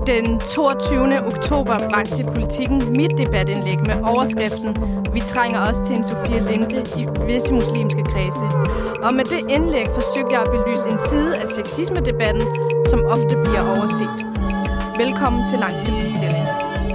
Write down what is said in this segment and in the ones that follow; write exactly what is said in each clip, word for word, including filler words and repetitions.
Den toogtyvende oktober bragte Politikken mit debatindlæg med overskriften "Vi trænger også til en Sofie Linde i visse muslimske kredse". Og med det indlæg forsøgte jeg at belyse en side af sexisme-debatten, som ofte bliver overset. Velkommen til Langt til Ligestilling.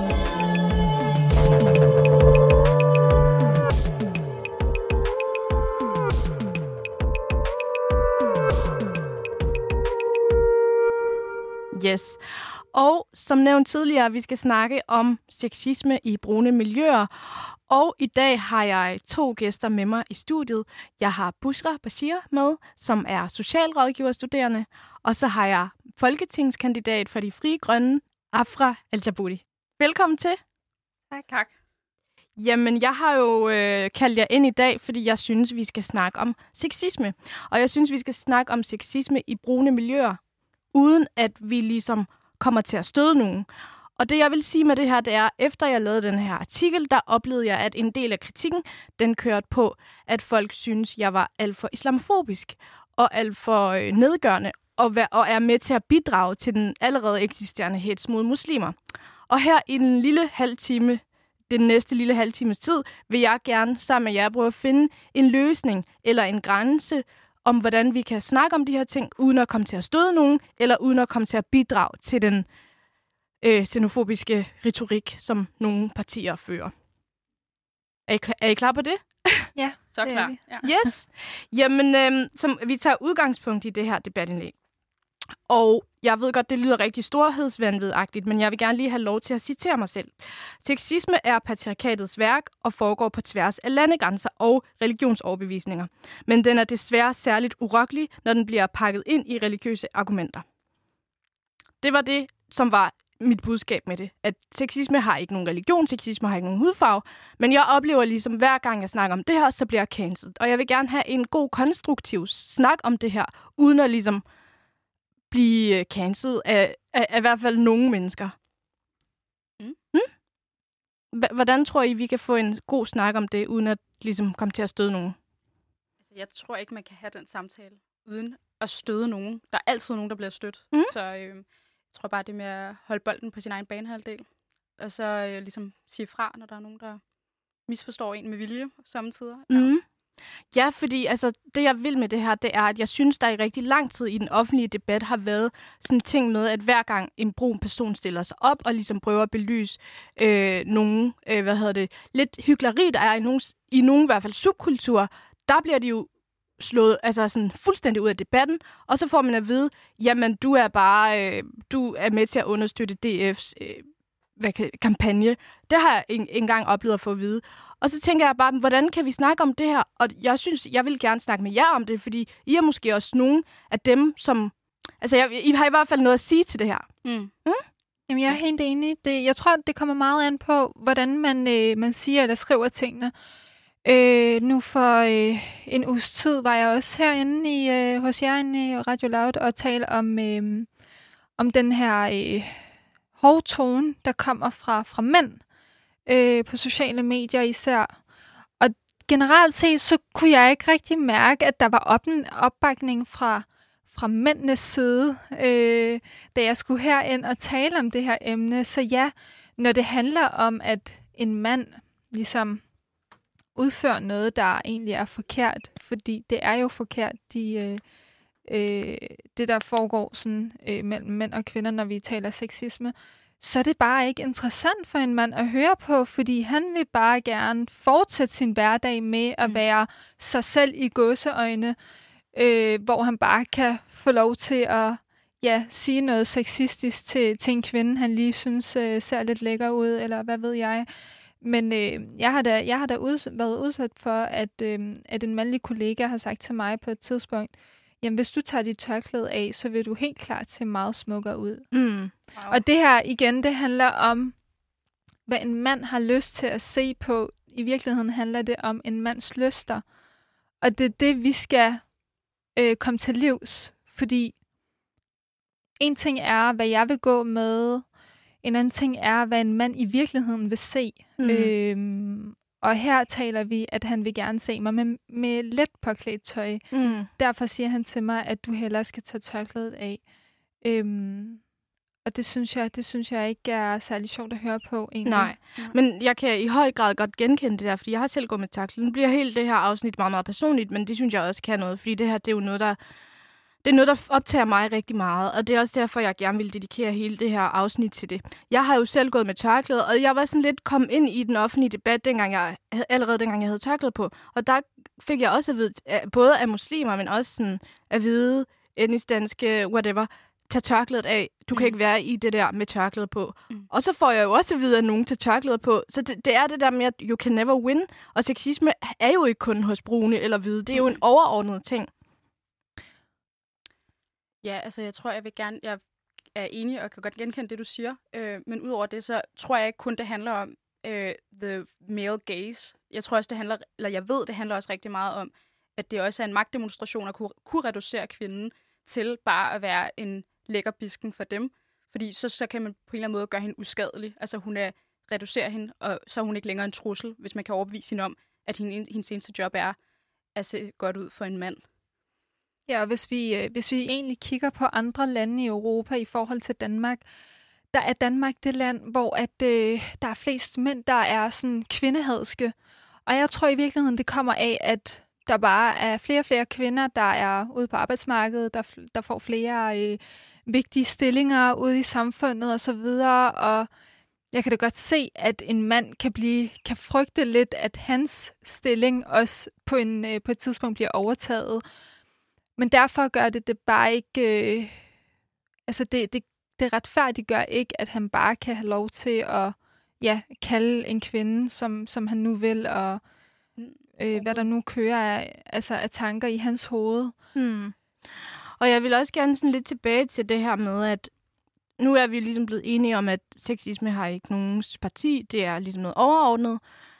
Yes. Og som nævnt tidligere, vi skal snakke om sexisme i brune miljøer. Og i dag har jeg to gæster med mig i studiet. Jeg har Bushra Bashir med, som er socialrådgiverstuderende. Og så har jeg folketingskandidat for de Frie Grønne, Afra Al-Jaboudi. Velkommen til. Tak. tak. Jamen, jeg har jo øh, kaldt jer ind i dag, fordi jeg synes, vi skal snakke om sexisme. Og jeg synes, vi skal snakke om sexisme i brune miljøer, uden at vi ligesom kommer til at støde nogen. Og det, jeg vil sige med det her, det er, efter jeg lavede den her artikel, der oplevede jeg, at en del af kritikken, den kørte på, at folk synes, jeg var alt for islamofobisk og alt for øh, nedgørende, og, vær, og er med til at bidrage til den allerede eksisterende hets mod muslimer. Og her i den lille halv time, den næste lille halv times tid, vil jeg gerne sammen med jer prøve at finde en løsning eller en grænse, om hvordan vi kan snakke om de her ting, uden at komme til at støde nogen, eller uden at komme til at bidrage til den øh, xenofobiske retorik, som nogle partier fører. Er I, er I klar på det? Ja, så klar. Ja. Yes. Jamen, øh, som, vi tager udgangspunkt i det her debatindlæg. Og jeg ved godt, det lyder rigtig storhedsvanvidagtigt, men jeg vil gerne lige have lov til at citere mig selv. Sexisme er patriarkatets værk og foregår på tværs af landegrænser og religionsoverbevisninger. Men den er desværre særligt urokkelig, når den bliver pakket ind i religiøse argumenter. Det var det, som var mit budskab med det. At sexisme har ikke nogen religion, sexisme har ikke nogen hudfarve, men jeg oplever ligesom, hver gang jeg snakker om det her, så bliver jeg cancelled. Og jeg vil gerne have en god, konstruktiv snak om det her, uden at ligesom blive cancelled af, af, af i hvert fald nogle mennesker. Mm. Mm? Hvordan tror I, vi kan få en god snak om det, uden at ligesom komme til at støde nogen? Altså, jeg tror ikke, man kan have den samtale, uden at støde nogen. Der er altid nogen, der bliver stødt. Mm. Så øh, jeg tror bare, det med at holde bolden på sin egen banehalvdel. Og så øh, ligesom sige fra, når der er nogen, der misforstår en med vilje samtidig. Ja. Mm. Ja, fordi altså, det, jeg vil med det her, det er, at jeg synes, der i rigtig lang tid i den offentlige debat har været sådan en ting med, at hver gang en brun person stiller sig op og ligesom prøver at belyse øh, nogen, øh, hvad hedder det, lidt hykleri, der er i nogen, i nogen i hvert fald subkulturer, der bliver de jo slået altså sådan fuldstændig ud af debatten, og så får man at vide, jamen, du er bare, øh, du er med til at understøtte D F's øh, hvad kan, kampagne. Det har jeg en, engang oplevet at få at vide. Og så tænker jeg bare, hvordan kan vi snakke om det her? Og jeg synes, jeg vil gerne snakke med jer om det, fordi I er måske også nogen af dem, som... Altså, jeg, I har i hvert fald noget at sige til det her. Mm. Mm? Jamen, jeg er helt enig. Det, jeg tror, det kommer meget an på, hvordan man, øh, man siger eller skriver tingene. Øh, nu for øh, en uges tid var jeg også herinde i, øh, hos jer inde i Radio Loud og tale om, øh, om den her øh, hårde tone, der kommer fra, fra mænd. Øh, på sociale medier især. Og generelt set, så kunne jeg ikke rigtig mærke, at der var op- opbakning fra, fra mændenes side, øh, da jeg skulle herind og tale om det her emne. Så ja, når det handler om, at en mand ligesom udfører noget, der egentlig er forkert, fordi det er jo forkert, de, øh, øh, det der foregår sådan, øh, mellem mænd og kvinder, når vi taler sexisme, så er det bare ikke interessant for en mand at høre på, fordi han vil bare gerne fortsætte sin hverdag med at være sig selv i gåseøjne, øh, hvor han bare kan få lov til at ja, sige noget sexistisk til, til en kvinde, han lige synes øh, ser lidt lækker ud, eller hvad ved jeg. Men øh, jeg har da, jeg har da uds- været udsat for, at, øh, at en mandlig kollega har sagt til mig på et tidspunkt, jamen hvis du tager dit tørklæde af, så vil du helt klart se meget smukkere ud. Mm. Wow. Og det her igen, det handler om, hvad en mand har lyst til at se på. I virkeligheden handler det om en mands lyster. Og det er det, vi skal øh, komme til livs. Fordi en ting er, hvad jeg vil gå med. En anden ting er, hvad en mand i virkeligheden vil se. Mm. Øhm, Og her taler vi, at han vil gerne se mig med, med let påklædt tøj. Mm. Derfor siger han til mig, at du hellere skal tage tørklædet af. Øhm, og og det synes jeg, det synes jeg ikke er særlig sjovt at høre på, egentlig. Nej, Nej. Men jeg kan i høj grad godt genkende det der, fordi jeg har selv gået med tørklæde. Nu bliver helt det her afsnit meget, meget personligt, men det synes jeg også kan noget, fordi det her, det er jo noget, der, det er noget, der optager mig rigtig meget, og det er også derfor, jeg gerne vil dedikere hele det her afsnit til det. Jeg har jo selv gået med tørklæde, og jeg var sådan lidt kommet ind i den offentlige debat, dengang jeg, allerede dengang jeg havde tørklæde på, og der fik jeg også at vide, både af muslimer, men også sådan at vide, etnisk danske, whatever, tag tørklædet af. Du kan mm. ikke være i det der med tørklædet på. Mm. Og så får jeg jo også at vide, at nogen tager tørklædet på. Så det, det er det der med, at you can never win. Og sexisme er jo ikke kun hos brune eller hvide. Det er jo en overordnet ting. Ja, altså jeg tror, jeg vil gerne... Jeg er enig og kan godt genkende det, du siger. Øh, men udover det, så tror jeg ikke kun, det handler om øh, the male gaze. Jeg tror også, det handler... Eller jeg ved, det handler også rigtig meget om, at det også er en magtdemonstration at kunne, kunne reducere kvinden til bare at være en lækker bisken for dem. Fordi så, så kan man på en eller anden måde gøre hende uskadelig. Altså hun er, reducerer hende, og så er hun ikke længere en trussel, hvis man kan overbevise hende om, at hende, hendes eneste job er at se godt ud for en mand. Ja, og hvis vi, hvis vi egentlig kigger på andre lande i Europa i forhold til Danmark, der er Danmark det land, hvor at, øh, der er flest mænd, der er sådan kvindehadske. Og jeg tror i virkeligheden, det kommer af, at der bare er flere og flere kvinder, der er ude på arbejdsmarkedet, der, der får flere øh, vigtige stillinger ude i samfundet og så videre. Og jeg kan da godt se, at en mand kan blive kan frygte lidt, at hans stilling også på, en, øh, på et tidspunkt bliver overtaget. Men derfor gør det det bare ikke... Øh, altså det, det, det retfærdiggør ikke, at han bare kan have lov til at ja, kalde en kvinde, som, som han nu vil, og øh, hvad der nu kører af, altså af tanker i hans hoved. Hmm. Og jeg vil også gerne sådan lidt tilbage til det her med, at nu er vi ligesom blevet enige om, at sexisme har ikke nogen parti. Det er ligesom noget overordnet.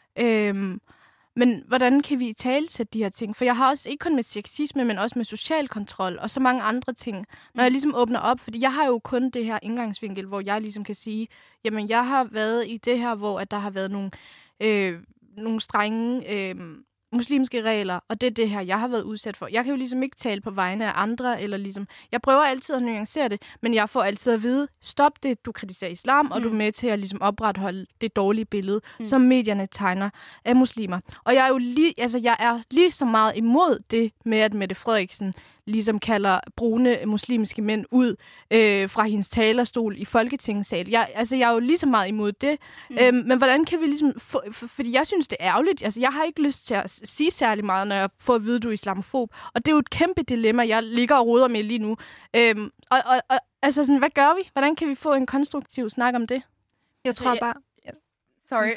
Øhm, men hvordan kan vi i tale til de her ting? For jeg har også ikke kun med sexisme, men også med social kontrol og så mange andre ting. Når jeg ligesom åbner op, fordi jeg har jo kun det her indgangsvinkel, hvor jeg ligesom kan sige, jamen jeg har været i det her, hvor at der har været nogle, øh, nogle strenge øh, muslimske regler, og det er det her, jeg har været udsat for. Jeg kan jo ligesom ikke tale på vegne af andre, eller ligesom, jeg prøver altid at nuancere det, men jeg får altid at vide, stop det, du kritiserer islam, mm. og du er med til at ligesom opretholde det dårlige billede, mm. som medierne tegner af muslimer. Og jeg er jo lige, altså jeg er lige så meget imod det med, at Mette Frederiksen ligesom kalder brune muslimske mænd ud øh, fra hendes talerstol i Folketingssal. Jeg, altså, jeg er jo lige så meget imod det. Mm. Øhm, men hvordan kan vi ligesom... For, for, fordi jeg synes, det er ærgerligt. Altså, jeg har ikke lyst til at sige særlig meget, når jeg får at vide, at du er islamofob. Og det er jo et kæmpe dilemma, jeg ligger og roder med lige nu. Øhm, og, og, og altså, sådan, hvad gør vi? Hvordan kan vi få en konstruktiv snak om det? Jeg tror bare... Sorry.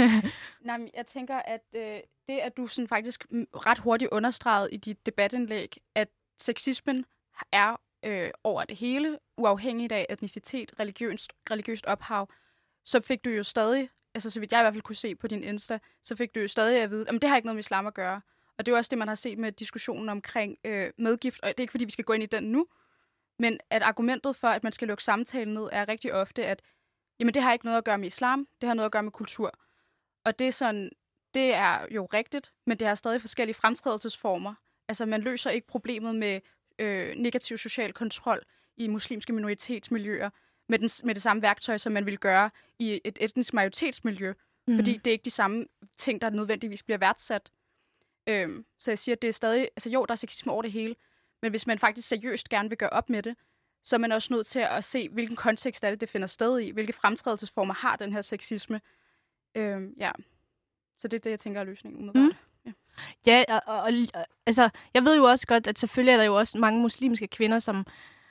Nej, men jeg tænker, at øh, det, at du sådan faktisk ret hurtigt understregede i dit debatindlæg, at sexismen er øh, over det hele, uafhængigt af etnicitet, religiøst, religiøst ophav, så fik du jo stadig, altså så vidt jeg i hvert fald kunne se på din Insta, så fik du jo stadig at vide, at det har ikke noget med islam at gøre. Og det er jo også det, man har set med diskussionen omkring øh, medgift, og det er ikke fordi, vi skal gå ind i den nu, men at argumentet for, at man skal lukke samtalen ned, er rigtig ofte, at jamen, det har ikke noget at gøre med islam, det har noget at gøre med kultur. Og det er sådan, det er jo rigtigt, men det har stadig forskellige fremtrædelsesformer. Altså, man løser ikke problemet med øh, negativ social kontrol i muslimske minoritetsmiljøer med, den, med det samme værktøj, som man ville gøre i et etnisk majoritetsmiljø. Mm. Fordi det er ikke de samme ting, der nødvendigvis bliver værdsat. Øhm, så jeg siger, at det er stadig... Altså jo, der er sexisme over det hele, men hvis man faktisk seriøst gerne vil gøre op med det, så er man også nødt til at se, hvilken kontekst er det, det finder sted i. Hvilke fremtrædelsesformer har den her sexisme. Øhm, ja. Så det er det, jeg tænker er løsningen umiddelbart. Mm. Ja, og, og, og altså, jeg ved jo også godt, at selvfølgelig er der jo også mange muslimske kvinder, som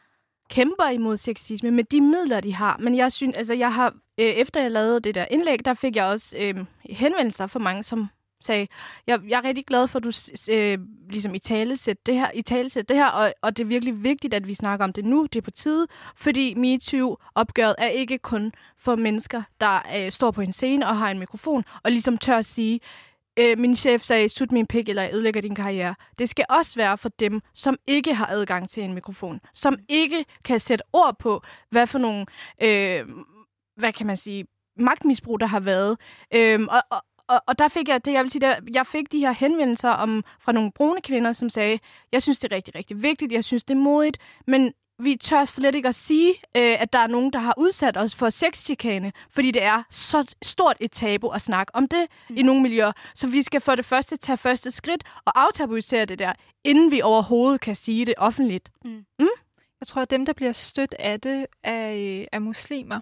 kæmper imod sexisme med de midler, de har. Men jeg synes, altså, jeg har, øh, efter jeg lavede det der indlæg, der fik jeg også øh, henvendelser fra mange, som sagde, jeg, jeg er rigtig glad for, at du øh, ligesom i talesæt det her, i talesæt det her, og, og det er virkelig vigtigt, at vi snakker om det nu. Det er på tide, fordi MeToo-opgøret er ikke kun for mennesker, der øh, står på en scene og har en mikrofon, og ligesom tør at sige, øh, min chef sagde, sut min pik, eller jeg ødelægger din karriere. Det skal også være for dem, som ikke har adgang til en mikrofon, som ikke kan sætte ord på, hvad for nogle, øh, hvad kan man sige, magtmisbrug, der har været. Øh, og, og Og, og der fik jeg det, jeg vil sige, der, jeg fik de her henvendelser om, fra nogle brune kvinder, som sagde, jeg synes, det er rigtig, rigtig vigtigt, jeg synes, det er modigt, men vi tør slet ikke at sige, øh, at der er nogen, der har udsat os for sexchikane, fordi det er så stort et tabu at snakke om det mm. i nogle miljøer. Så vi skal for det første tage første skridt og aftabuisere det der, inden vi overhovedet kan sige det offentligt. Mm. Mm? Jeg tror, at dem, der bliver stødt af det, er, er muslimer.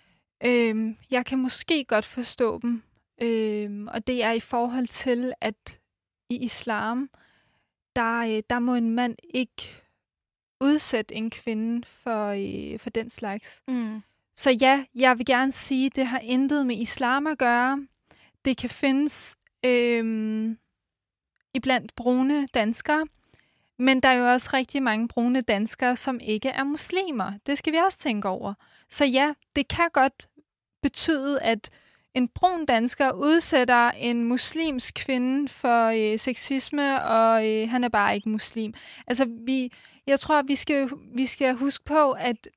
Øhm, jeg kan måske godt forstå dem, øhm, og det er i forhold til, at i islam, der, der må en mand ikke udsætte en kvinde for, øh, for den slags. Mm. Så ja, jeg vil gerne sige, at det har intet med islam at gøre. Det kan findes øh, iblandt brune danskere, men der er jo også rigtig mange brune danskere, som ikke er muslimer. Det skal vi også tænke over. Så ja, det kan godt betyde, at en brun dansker udsætter en muslimsk kvinde for øh, sexisme, og øh, han er bare ikke muslim. Altså, vi, jeg tror, vi skal, vi skal huske på, at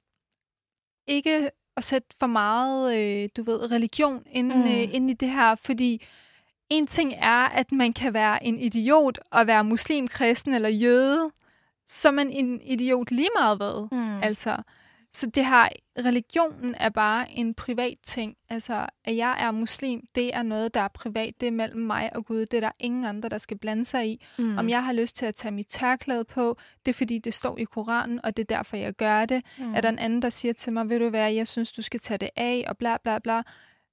ikke at sætte for meget, øh, du ved, religion ind, mm. øh, ind i det her, fordi en ting er, at man kan være en idiot og være muslim, kristen eller jøde, så er man en idiot lige meget hvad. Mm. Altså, så det her, religionen er bare en privat ting. Altså, at jeg er muslim, det er noget, der er privat. Det er mellem mig og Gud. Det er der ingen andre, der skal blande sig i. Mm. Om jeg har lyst til at tage mit tørklæde på, det er fordi, det står i Koranen, og det er derfor, jeg gør det. Mm. Er der en anden, der siger til mig, vil du være, jeg synes, du skal tage det af, og bla bla bla.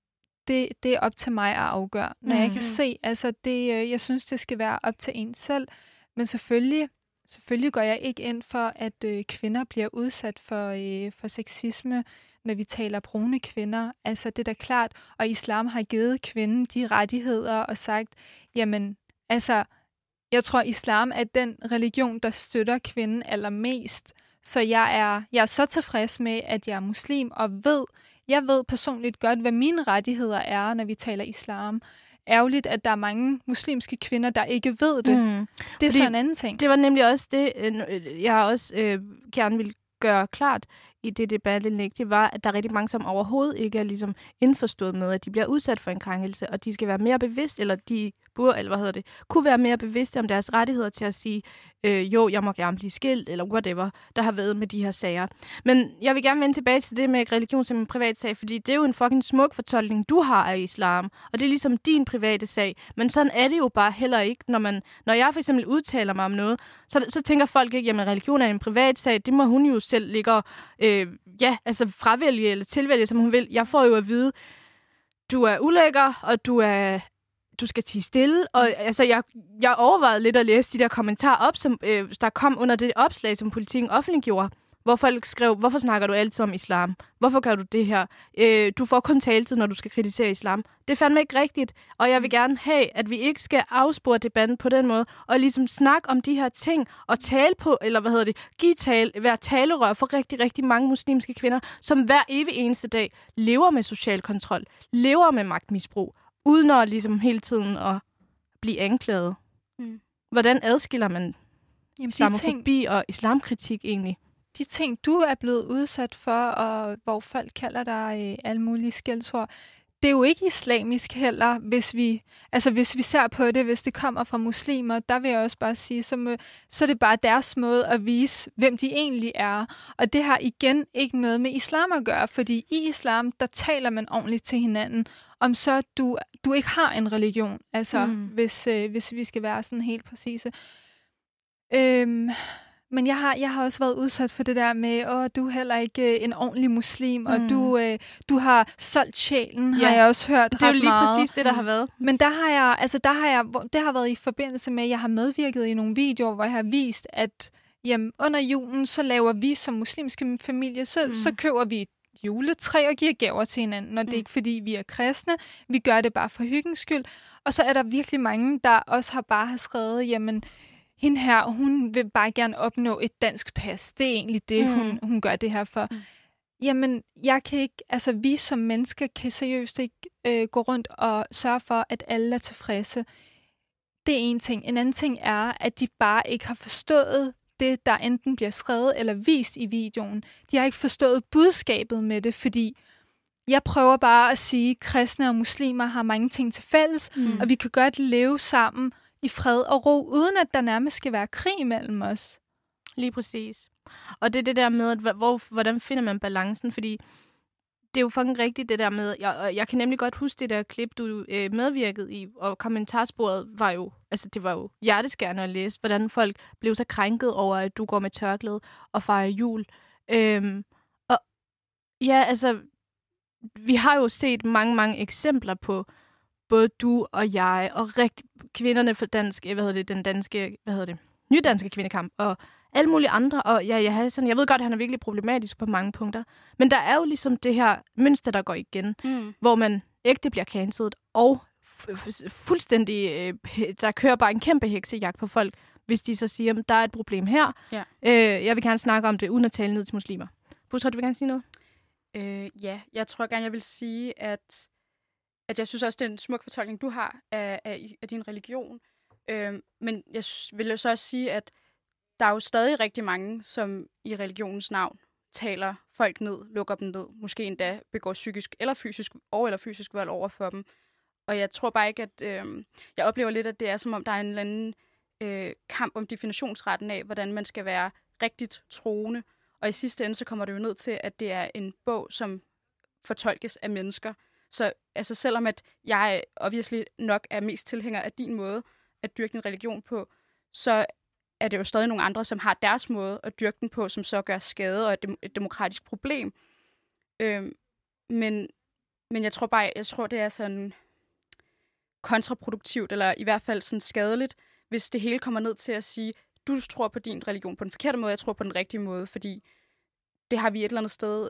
Det, det er op til mig at afgøre. Når mm. jeg kan se, altså, det, jeg synes, det skal være op til en selv. Men selvfølgelig... Selvfølgelig går jeg ikke ind for, at øh, kvinder bliver udsat for, øh, for sexisme, når vi taler brune kvinder. Altså, det er da klart. Og islam har givet kvinden de rettigheder og sagt, jamen, altså, jeg tror, islam er den religion, der støtter kvinden allermest. Så jeg er, jeg er så tilfreds med, at jeg er muslim, og ved, jeg ved personligt godt, hvad mine rettigheder er, når vi taler islam. Ærgerligt, at der er mange muslimske kvinder, der ikke ved det. Mm. Det er Fordi så en anden ting. Det var nemlig også det, jeg også øh, gerne ville gøre klart i det debatindlæg. Det var, at der er rigtig mange, som overhovedet ikke er ligesom indforstået med, at de bliver udsat for en krænkelse, og de skal være mere bevidst, eller de burde, eller hvad hedder det, kunne være mere bevidste om deres rettigheder til at sige, øh, jo, jeg må gerne blive skilt, eller whatever, der har været med de her sager. Men jeg vil gerne vende tilbage til det med religion som en privat sag, fordi det er jo en fucking smuk fortolkning, du har af islam, og det er ligesom din private sag. Men sådan er det jo bare heller ikke, når man, når jeg for eksempel udtaler mig om noget, så, så tænker folk ikke, jamen religion er en privat sag, det må hun jo selv ligge og, øh, ja, altså fravælge eller tilvælge, som hun vil. Jeg får jo at vide, du er ulækker, og du er du skal tie stille. Og altså, jeg, jeg overvejede lidt at læse de der kommentarer op, som øh, der kom under det opslag, som Politiken offentliggjorde, hvor folk skrev, hvorfor snakker du altid om islam? Hvorfor gør du det her? Øh, du får kun taletid, når du skal kritisere islam. Det er fandme ikke rigtigt, og jeg vil gerne have, at vi ikke skal afspore debatten på den måde, og ligesom snakke om de her ting, og tale på, eller hvad hedder det, give tale, være talerør for rigtig, rigtig mange muslimske kvinder, som hver evig eneste dag lever med social kontrol, lever med magtmisbrug, uden at ligesom hele tiden at blive anklaget. Mm. Hvordan adskiller man Jamen, islamofobi ting, og islamkritik egentlig? De ting, du er blevet udsat for, og hvor folk kalder dig øh, alle mulige skældsord, det er jo ikke islamisk heller, hvis vi, altså hvis vi ser på det, hvis det kommer fra muslimer, der vil jeg også bare sige, så, må, så er det bare deres måde at vise, hvem de egentlig er. Og det har igen ikke noget med islam at gøre, fordi i islam, der taler man ordentligt til hinanden, om så du, du ikke har en religion, altså mm. hvis, øh, hvis vi skal være sådan helt præcise. Øhm, men jeg har, jeg har også været udsat for det der med, åh, du er heller ikke øh, en ordentlig muslim, mm. og du, øh, du har solgt sjælen, ja. Har jeg også hørt ret meget. Det er jo lige meget. Præcis det, der har været. Men der har jeg, altså der har jeg, det har været i forbindelse med, at jeg har medvirket i nogle videoer, hvor jeg har vist, at jamen, under julen, så laver vi som muslimske familie, så, mm. så køber vi et juletræ og giver gaver til hinanden, og mm. det er ikke fordi, vi er kristne, vi gør det bare for hyggens skyld. Og så er der virkelig mange, der også har bare har skrevet, jamen, hende her, hun vil bare gerne opnå et dansk pas. Det er egentlig det, mm. hun, hun gør det her for. Mm. Jamen, jeg kan ikke, altså vi som mennesker kan seriøst ikke øh, gå rundt og sørge for, at alle er tilfredse. Det er en ting. En anden ting er, at de bare ikke har forstået det, der enten bliver skrevet eller vist i videoen. De har ikke forstået budskabet med det, fordi jeg prøver bare at sige, at kristne og muslimer har mange ting til fælles, mm. og vi kan godt leve sammen i fred og ro, uden at der nærmest skal være krig mellem os. Lige præcis. Og det er det der med, at hvor, hvordan finder man balancen? Fordi det er jo fucking rigtigt det der med, jeg, jeg kan nemlig godt huske det der klip, du øh, medvirkede i, og kommentarsporet var jo, altså det var jo hjerteskærende at læse, hvordan folk blev så krænket over, at du går med tørklæde og fejrer jul. Øhm, og ja, altså, vi har jo set mange, mange eksempler på, både du og jeg, og rigt, kvinderne for dansk, hvad hedder det, den danske, hvad hedder det, nydanske kvindekamp, og alle mulige andre, og ja, jeg, har sådan, jeg ved godt, at han er virkelig problematisk på mange punkter, men der er jo ligesom det her mønster, der går igen, mm. hvor man ægte bliver cancelled, og f- f- fuldstændig, øh, der kører bare en kæmpe heksejagt på folk, hvis de så siger, at der er et problem her. Ja. Øh, jeg vil gerne snakke om det, uden at tale ned til muslimer. Busra, du vil gerne sige noget? Øh, ja, jeg tror gerne, jeg vil sige, at, at jeg synes også, det er en smuk fortolkning, du har af, af, af din religion. Øh, men jeg vil jo så også sige, at der er jo stadig rigtig mange, som i religionens navn taler folk ned, lukker dem ned, måske endda begår psykisk eller fysisk og eller fysisk vold over for dem. Og jeg tror bare ikke, at øh, jeg oplever lidt, at det er som om, der er en eller anden øh, kamp om definitionsretten af, hvordan man skal være rigtigt troende. Og i sidste ende, så kommer det jo ned til, at det er en bog, som fortolkes af mennesker. Så altså, selvom at jeg obviously nok er mest tilhænger af din måde at dyrke din religion på, så er det jo stadig nogle andre, som har deres måde at dyrke den på, som så gør skade og et, dem- et demokratisk problem. Øhm, men, men jeg tror bare, jeg tror, det er sådan kontraproduktivt, eller i hvert fald sådan skadeligt, hvis det hele kommer ned til at sige, du tror på din religion på den forkerte måde, jeg tror på den rigtige måde, fordi det har vi et eller andet sted,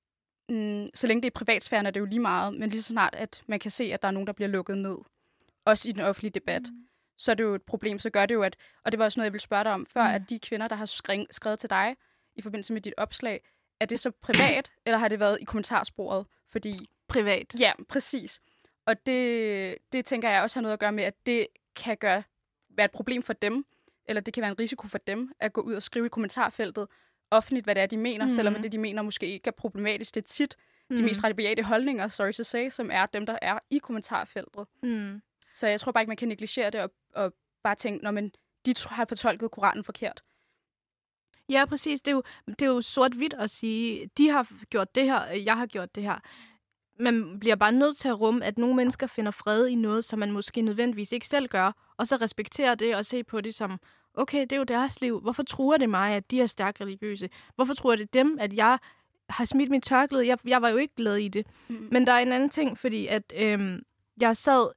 mm, så længe det er privatsfæren, er det jo lige meget, men lige så snart, at man kan se, at der er nogen, der bliver lukket ned, også i den offentlige debat, mm. så er det jo et problem, så gør det jo, at, og det var også noget, jeg ville spørge dig om før, mm. at de kvinder, der har skrevet, skrevet til dig i forbindelse med dit opslag, er det så privat, eller har det været i kommentarsporet? Fordi privat. Ja, præcis. Og det, det tænker jeg også har noget at gøre med, at det kan gøre, være et problem for dem, eller det kan være en risiko for dem, at gå ud og skrive i kommentarfeltet offentligt, hvad det er, de mener, mm. selvom det, de mener, måske ikke er problematisk. Det er tit mm. de mest rabiate holdninger, sorry to say, som er dem, der er i kommentarfeltet. Mm. Så jeg tror bare ikke, man kan negligere det og, og bare tænke, når man, de har fortolket Koranen forkert. Ja, præcis. Det er jo, det er jo sort-hvidt at sige, de har gjort det her, jeg har gjort det her. Man bliver bare nødt til at rumme, at nogle mennesker finder fred i noget, som man måske nødvendigvis ikke selv gør, og så respektere det og se på det som, okay, det er jo deres liv. Hvorfor truer det mig, at de er stærkt religiøse? Hvorfor truer det dem, at jeg har smidt mit tørklæde? Jeg, jeg var jo ikke glad i det. Mm. Men der er en anden ting, fordi at øhm, jeg sad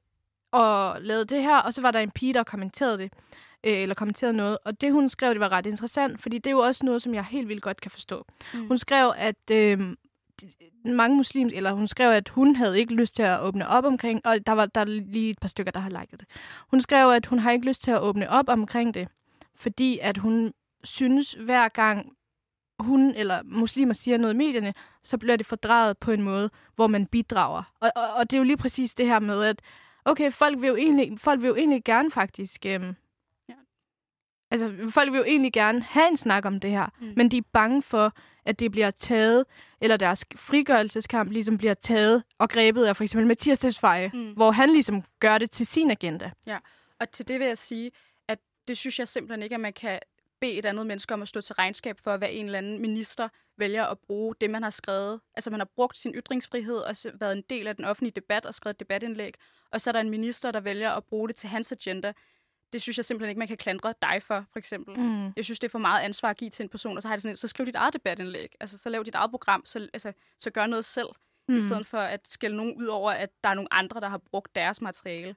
og lavede det her, og så var der en pige, der kommenterede det, øh, eller kommenterede noget, og det, hun skrev, det var ret interessant, fordi det er jo også noget, som jeg helt vildt godt kan forstå. Mm. Hun skrev, at øh, mange muslims, eller hun skrev, at hun havde ikke lyst til at åbne op omkring, og der var der er lige et par stykker, der har liket det. Hun skrev, at hun har ikke lyst til at åbne op omkring det, fordi at hun synes, hver gang hun eller muslimer siger noget i medierne, så bliver det fordrejet på en måde, hvor man bidrager. Og, og, og det er jo lige præcis det her med, at okay, folk vil jo egentlig, folk vil jo egentlig gerne faktisk... Øhm, ja. Altså, folk vil jo egentlig gerne have en snak om det her, mm. men de er bange for, at det bliver taget, eller deres frigørelseskamp ligesom bliver taget og grebet af for eksempel Mathias Tesfaye, mm. hvor han ligesom gør det til sin agenda. Ja, og til det vil jeg sige, at det synes jeg simpelthen ikke, at man kan bede et andet menneske om at stå til regnskab for, hvad en eller anden minister vælger at bruge det, man har skrevet. Altså, man har brugt sin ytringsfrihed og været en del af den offentlige debat og skrevet debatindlæg, og så er der en minister, der vælger at bruge det til hans agenda. Det synes jeg simpelthen ikke, man kan klandre dig for, for eksempel. Mm. Jeg synes, det er for meget ansvar at give til en person, og så har det sådan, så skriv dit eget debatindlæg. Altså, så lav dit eget program, så, altså, så gør noget selv, mm. i stedet for at skælde nogen ud over, at der er nogle andre, der har brugt deres materiale.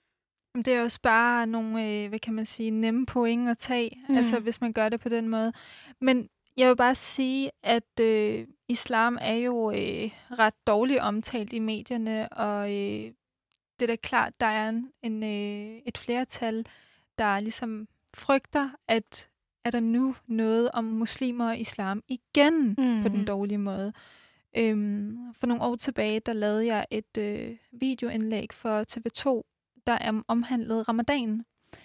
Det er også bare nogle, øh, hvad kan man sige, nemme point at tage, mm. altså hvis man gør det på den måde. Men jeg vil bare sige, at øh, islam er jo øh, ret dårligt omtalt i medierne, og øh, det er da klart, der er en, en, øh, et flertal, der ligesom frygter, at er der nu noget om muslimer og islam igen mm. på den dårlige måde. Øhm, for nogle år tilbage, der lavede jeg et øh, videoindlæg for T V to, der er omhandlet ramadan.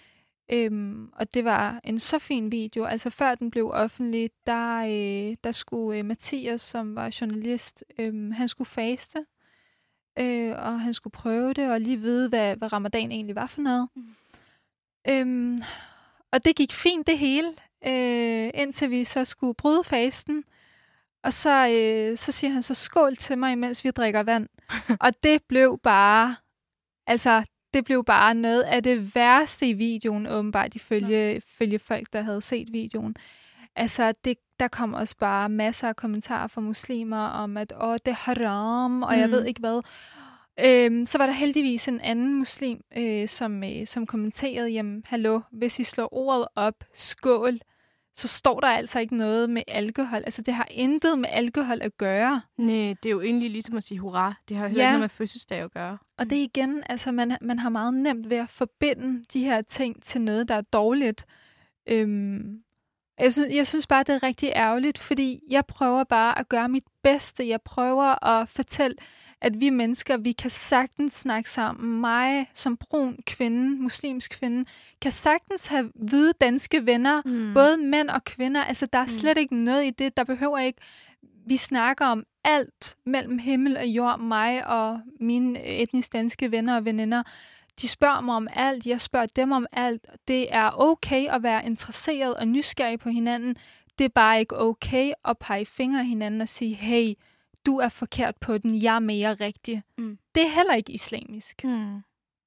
Øhm, og det var en så fin video. Altså før den blev offentlig, der, øh, der skulle øh, Mathias, som var journalist, øh, han skulle faste. Øh, og han skulle prøve det, og lige vide, hvad, hvad ramadan egentlig var for noget. Mm. Øhm, og det gik fint, det hele. øh, indtil vi så skulle bryde fasten. Og så, øh, så siger han så skål til mig, mens vi drikker vand. Og det blev bare, altså, det blev bare noget af det værste i videoen, åbenbart, ifølge, ifølge folk, der havde set videoen. Altså, det, der kom også bare masser af kommentarer fra muslimer om, at åh, det er haram, og mm. jeg ved ikke hvad. Øhm, så var der heldigvis en anden muslim, øh, som, øh, som kommenterede, jamen, hallo, hvis I slår ordet op, skål, så står der altså ikke noget med alkohol. Altså, det har intet med alkohol at gøre. Nej, det er jo egentlig ligesom at sige hurra. Det har heller ja. ikke noget med fødselsdag at gøre. Og det igen, altså, man, man har meget nemt ved at forbinde de her ting til noget, der er dårligt. Øhm, jeg, synes, jeg synes bare, det er rigtig ærgerligt, fordi jeg prøver bare at gøre mit bedste. Jeg prøver at fortælle, at vi mennesker, vi kan sagtens snakke sammen. Mig som brun kvinde, muslimsk kvinde, kan sagtens have hvide danske venner, mm. både mænd og kvinder. Altså, der er slet mm. ikke noget i det. Der behøver ikke... Vi snakker om alt mellem himmel og jord, mig og mine etnisk danske venner og veninder. De spørger mig om alt, jeg spørger dem om alt. Det er okay at være interesseret og nysgerrig på hinanden. Det er bare ikke okay at pege fingre af hinanden og sige, hey, du er forkert på den, jeg er mere rigtig. Mm. Det er heller ikke islamisk. Mm.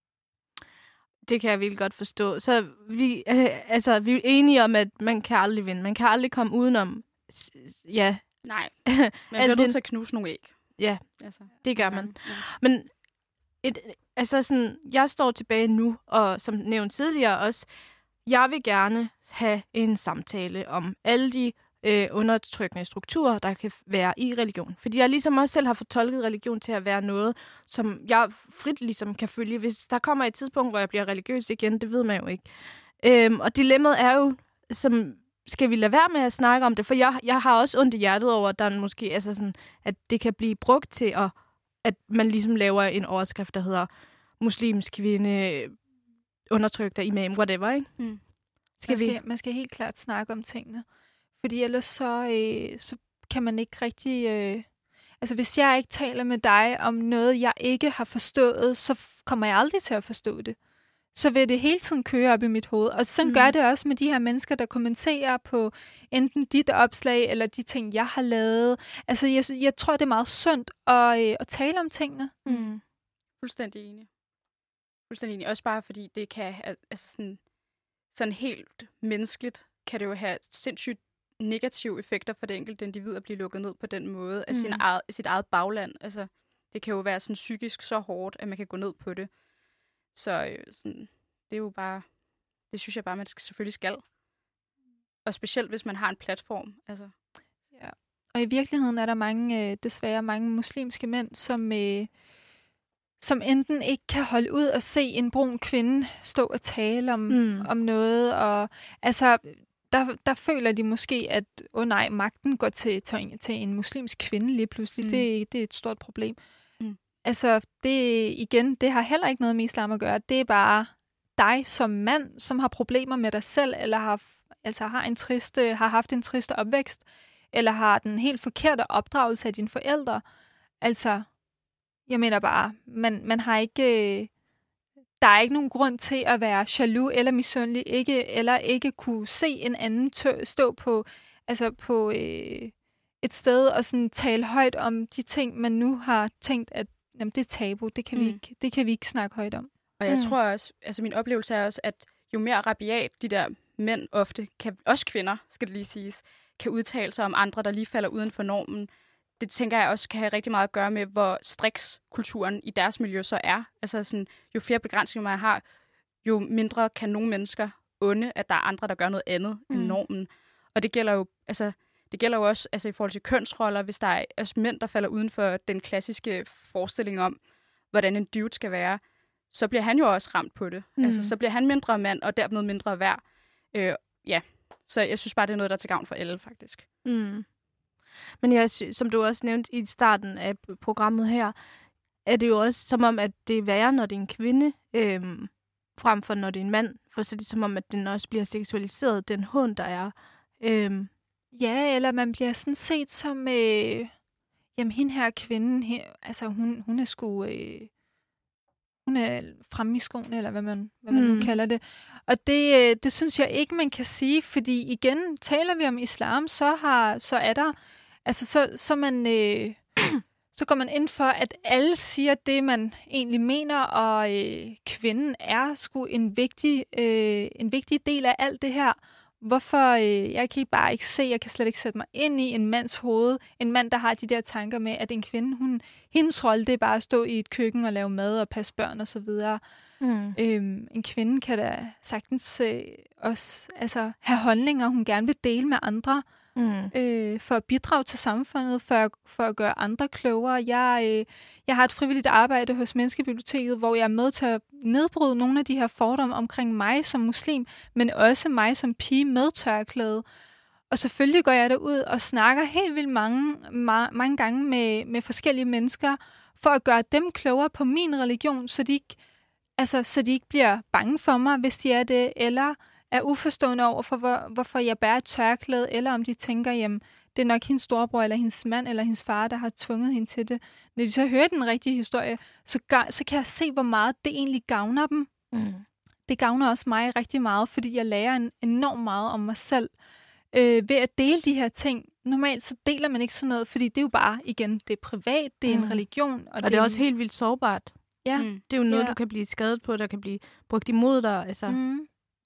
Det kan jeg virkelig godt forstå. Så vi, øh, altså, vi er enige om, at man kan aldrig vinde. Man kan aldrig komme udenom. Ja. Nej, man bliver nødt til at knuse nogle æg. Ja, altså, det gør man. Ja. Men et, altså sådan, jeg står tilbage nu, og som nævnt tidligere også, jeg vil gerne have en samtale om alle de øh, undertrykkende strukturer, der kan være i religion. Fordi jeg ligesom også selv har fortolket religion til at være noget, som jeg frit ligesom kan følge. Hvis der kommer et tidspunkt, hvor jeg bliver religiøs igen, det ved man jo ikke. Øhm, og dilemmaet er jo, som skal vi lade være med at snakke om det? For jeg, jeg har også ondt i hjertet over, at der måske, altså sådan, at det kan blive brugt til, at, at man ligesom laver en overskrift, der hedder muslimsk kvinde, undertrykt af imam, whatever, ikke? Mm. Skal man, skal, vi? man skal helt klart snakke om tingene. Fordi ellers så, øh, så kan man ikke rigtig... Øh... Altså, hvis jeg ikke taler med dig om noget, jeg ikke har forstået, så kommer jeg aldrig til at forstå det. Så vil det hele tiden køre op i mit hoved. Og sådan mm. gør det også med de her mennesker, der kommenterer på enten dit opslag, eller de ting, jeg har lavet. Altså, jeg, jeg tror, det er meget sundt at, øh, at tale om tingene. Mm. Fuldstændig enig. Fuldstændig enig. Også bare fordi det kan... Altså sådan, sådan helt menneskeligt kan det jo have sindssygt negative effekter for det enkelte individ at blive lukket ned på den måde af mm. sin eget, sit eget bagland. Altså, det kan jo være sådan psykisk så hårdt, at man kan gå ned på det. Så øh, sådan, det er jo bare, det synes jeg bare, man skal, selvfølgelig skal. Og specielt, hvis man har en platform. Altså. Ja. Og i virkeligheden er der mange, øh, desværre mange muslimske mænd, som, øh, som enten ikke kan holde ud og se en brun kvinde stå og tale om, mm. om noget. Og altså, der, der føler de måske, at åh oh, nej, magten går til, til, til en muslimsk kvinde lige pludselig. Mm. Det, det er et stort problem. Altså, det igen, det har heller ikke noget med islam at gøre. Det er bare dig som mand, som har problemer med dig selv, eller har, altså har, en triste, har haft en triste opvækst, eller har den helt forkerte opdragelse af dine forældre. Altså, jeg mener bare, man, man har ikke... Der er ikke nogen grund til at være jaloux eller misundelig, ikke, eller ikke kunne se en anden tø, stå på, altså på øh, et sted og sådan tale højt om de ting, man nu har tænkt, at jamen, det er tabu, det kan, mm. vi ikke, det kan vi ikke snakke højt om. Og jeg mm. tror også, altså min oplevelse er også, at jo mere rabiat de der mænd ofte, kan, også kvinder, skal det lige siges, kan udtale sig om andre, der lige falder uden for normen. Det tænker jeg også kan have rigtig meget at gøre med, hvor striks kulturen i deres miljø så er. Altså sådan, jo flere begrænsninger man har, jo mindre kan nogle mennesker onde, at der er andre, der gør noget andet mm. end normen. Og det gælder jo, altså, det gælder jo også altså, i forhold til kønsroller, hvis der er altså, mænd, der falder uden for den klassiske forestilling om, hvordan en dude skal være, så bliver han jo også ramt på det. Mm. Altså, så bliver han mindre mand, og dermed mindre værd. Øh, ja, så jeg synes bare, det er noget, der er til gavn for alle, faktisk. Mm. Men jeg, som du også nævnte i starten af programmet her, er det jo også som om, at det er værre, når det er en kvinde, øhm, frem for når det er en mand. For så er det som om, at den også bliver seksualiseret, den hund, der er. Øhm. Ja, eller man bliver sådan set som, øh, jamen hende her kvinde, he, altså hun, hun er sgu, øh, hun er fremme i skoene, eller hvad man, hvad man Mm. nu kalder det. Og det, øh, det synes jeg ikke, man kan sige, fordi igen, taler vi om islam, så, har, så er der, altså så, så man... Øh, så går man ind for, at alle siger det, man egentlig mener, og øh, kvinden er sgu en vigtig, øh, en vigtig del af alt det her. Hvorfor? Øh, jeg kan bare ikke se, jeg kan slet ikke sætte mig ind i en mands hoved. En mand, der har de der tanker med, at en kvinde, hun, hendes rolle, det er bare at stå i et køkken og lave mad og passe børn og så videre. Mm. Øhm, en kvinde kan da sagtens øh, også altså, have holdninger, hun gerne vil dele med andre. Mm. Øh, for at bidrage til samfundet, for, for at gøre andre klogere. Jeg, øh, jeg har et frivilligt arbejde hos Menneskebiblioteket, hvor jeg er med til at nedbryde nogle af de her fordomme omkring mig som muslim, men også mig som pige med tørklæde. Og selvfølgelig går jeg derud og snakker helt vildt mange, ma- mange gange med, med forskellige mennesker, for at gøre dem klogere på min religion, så de ikke, altså, så de ikke bliver bange for mig, hvis de er det, eller er uforstående over for, hvor, hvorfor jeg bærer et tørklæde, eller om de tænker, jamen, det er nok hendes storebror, eller hendes mand, eller hendes far, der har tvunget hende til det. Når de så hører den rigtige historie, så, så kan jeg se, hvor meget det egentlig gavner dem. Mm. Det gavner også mig rigtig meget, fordi jeg lærer en, enormt meget om mig selv øh, ved at dele de her ting. Normalt så deler man ikke sådan noget, fordi det er jo bare, igen, det er privat, det er mm. en religion. Og, og det, det er også helt vildt sårbart. Ja. Mm. Det er jo noget, Ja. du kan blive skadet på, der kan blive brugt imod dig. Altså. Mm.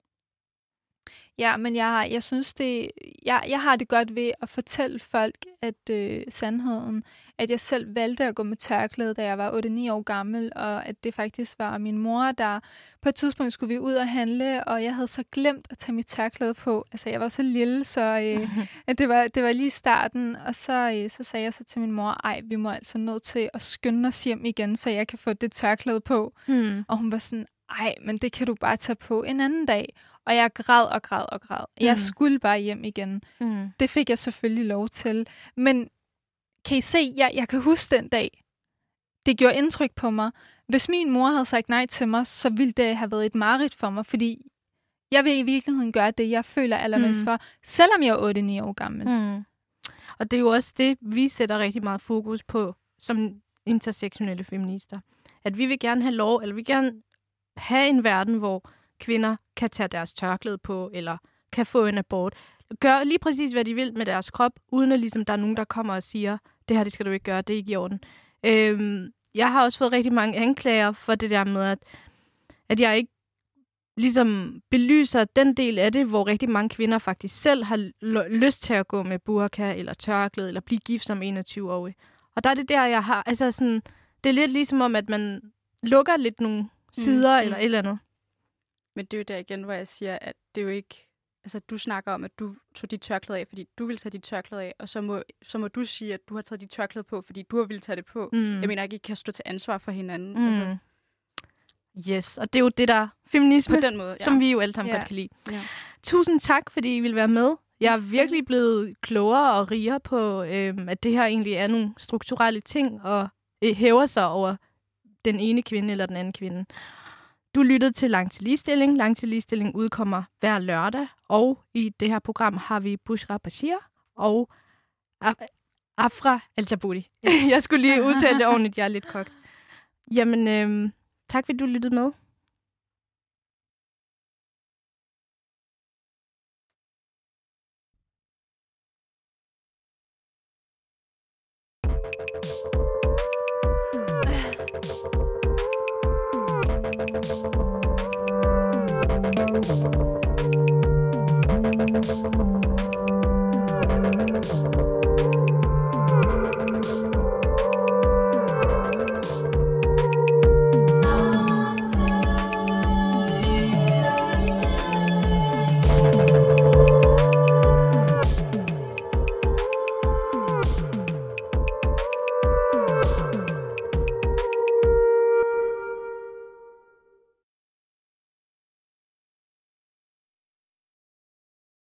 Ja, men jeg, jeg synes, det, jeg, jeg har det godt ved at fortælle folk, at øh, sandheden, at jeg selv valgte at gå med tørklæde, da jeg var otte ni år gammel, og at det faktisk var min mor, der på et tidspunkt skulle vi ud og handle, og jeg havde så glemt at tage mit tørklæde på. Altså, jeg var så lille, så øh, at det, var, det var lige starten, og så, øh, så sagde jeg så til min mor, ej, vi må altså nødt til at skynde os hjem igen, så jeg kan få det tørklæde på. Mm. Og hun var sådan, ej, men det kan du bare tage på en anden dag. Og jeg græd og græd og græd. Jeg Mm. skulle bare hjem igen. Mm. Det fik jeg selvfølgelig lov til. Men kan I se, jeg, jeg kan huske den dag. Det gjorde indtryk på mig. Hvis min mor havde sagt nej til mig, så ville det have været et mareridt for mig, fordi jeg vil i virkeligheden gøre det, jeg føler allermest Mm. for, selvom jeg er otte ni år gammel. Mm. Og det er jo også det, vi sætter rigtig meget fokus på som intersektionelle feminister. At vi vil gerne have lov, eller vi vil gerne have en verden, hvor kvinder kan tage deres tørklæde på, eller kan få en abort. Gør lige præcis, hvad de vil med deres krop, uden at ligesom, der er nogen, der kommer og siger, det her det skal du ikke gøre, det er ikke i orden. Øhm, jeg har også fået rigtig mange anklager for det der med, at, at jeg ikke ligesom belyser den del af det, hvor rigtig mange kvinder faktisk selv har l- lyst til at gå med burka eller tørklæde, eller blive gift som enogtyve-årig. Og der er det der, jeg har, altså sådan, det er lidt ligesom om, at man lukker lidt nogle sider, mm, eller et eller andet. Men det er jo der igen, hvor jeg siger, at det er jo ikke... Altså, du snakker om, at du tog dit tørklæde af, fordi du vil tage dit tørklæde af, og så må, så må du sige, at du har taget dit tørklæde på, fordi du har ville tage det på. Mm. Jeg mener ikke, I kan stå til ansvar for hinanden. Mm. Altså, Yes, og det er jo det der feminisme, på den måde, ja. som vi jo alle sammen Ja. godt kan lide. Ja. Tusind tak, fordi I ville være med. Jeg er virkelig blevet klogere og rigere på, øhm, at det her egentlig er nogle strukturelle ting, og øh, hæver sig over den ene kvinde eller den anden kvinde. Du lyttede til Lang til Ligestilling. Lang til Ligestilling udkommer hver lørdag, og i det her program har vi Bushra Bashir og Af- Afra Al-Jaboudi. Jeg skulle lige udtale det ordentligt, jeg er lidt kogt. Jamen, øhm, tak fordi du lyttede med. Thank you.